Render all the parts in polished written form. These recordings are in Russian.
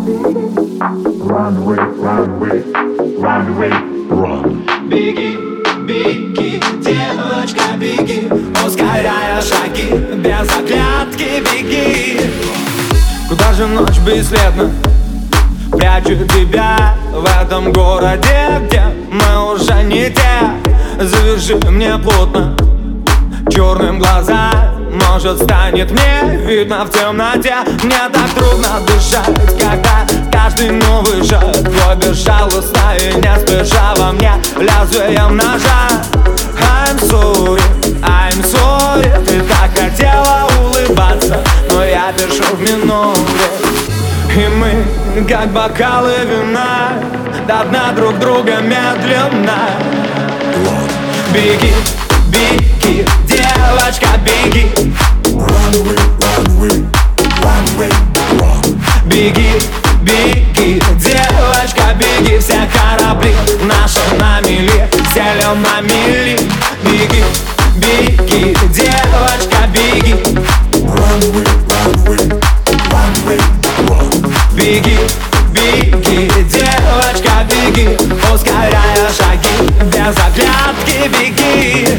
Run away, run away, run away, run. Беги, беги, девочка, беги, ускоряя шаги, без оглядки беги. Куда же ночь бесследно прячет тебя в этом городе, где мы уже не те? Завяжи мне плотно черным глаза, может станет мне видно в темноте. Мне так трудно дышать, когда каждый новый шаг твой безжалостно и не спеша во мне лезвием ножа. I'm sorry, ты так хотела улыбаться, но я пишу в миноре. И мы, как бокалы вина, до дна друг друга медленно. Беги, беги, девочка, беги. Run away, run away, run away, run. Беги, беги, девочка, беги. Все корабли наши на мели, селем на мели. Беги, беги, девочка, беги. Run away, run away, run away, run. Беги, беги, девочка, беги, ускоряя шаги, без оглядки беги.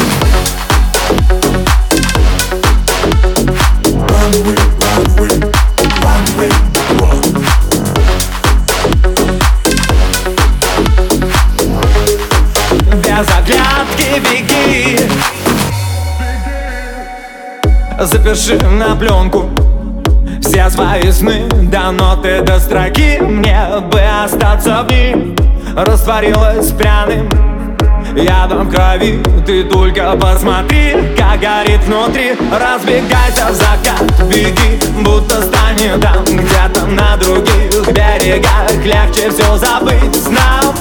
Run away, run away, run away, run. Без оглядки беги. Запиши на пленку все свои сны до ноты, до строки. Мне бы остаться в них, растворилась пряным ядом крови. Ты только посмотри, как горит внутри. Разбегайся в закат, беги, будто станет там, где-то на других берегах. Легче все забыть нам.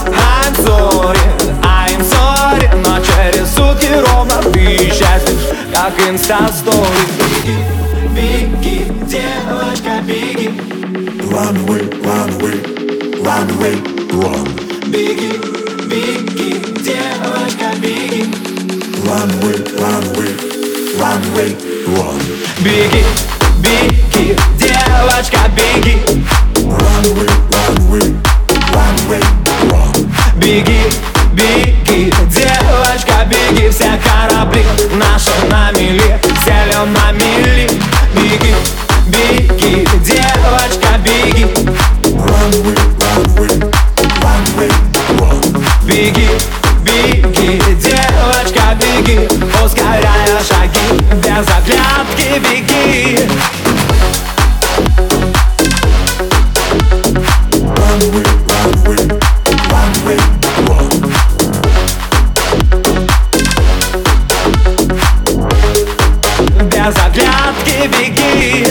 I'm sorry, но через сутки ровно ты исчезнешь, как инста-стори. Беги, беги, девочка, беги. Run away, run away, run away, run. Беги, беги, девочка, беги. Run away, run away, run away, run. Беги, беги, девочка, беги. Run away, run away, run away, run. Беги, беги, девочка, беги. Все корабли наши на мели, селем на мели. Беги, беги, девочка, беги. Run away, run away, run away, run. Беги, беги, девочка, беги, ускоряя шаги, без оглядки беги. Run away, run away, run away, run. Без оглядки беги.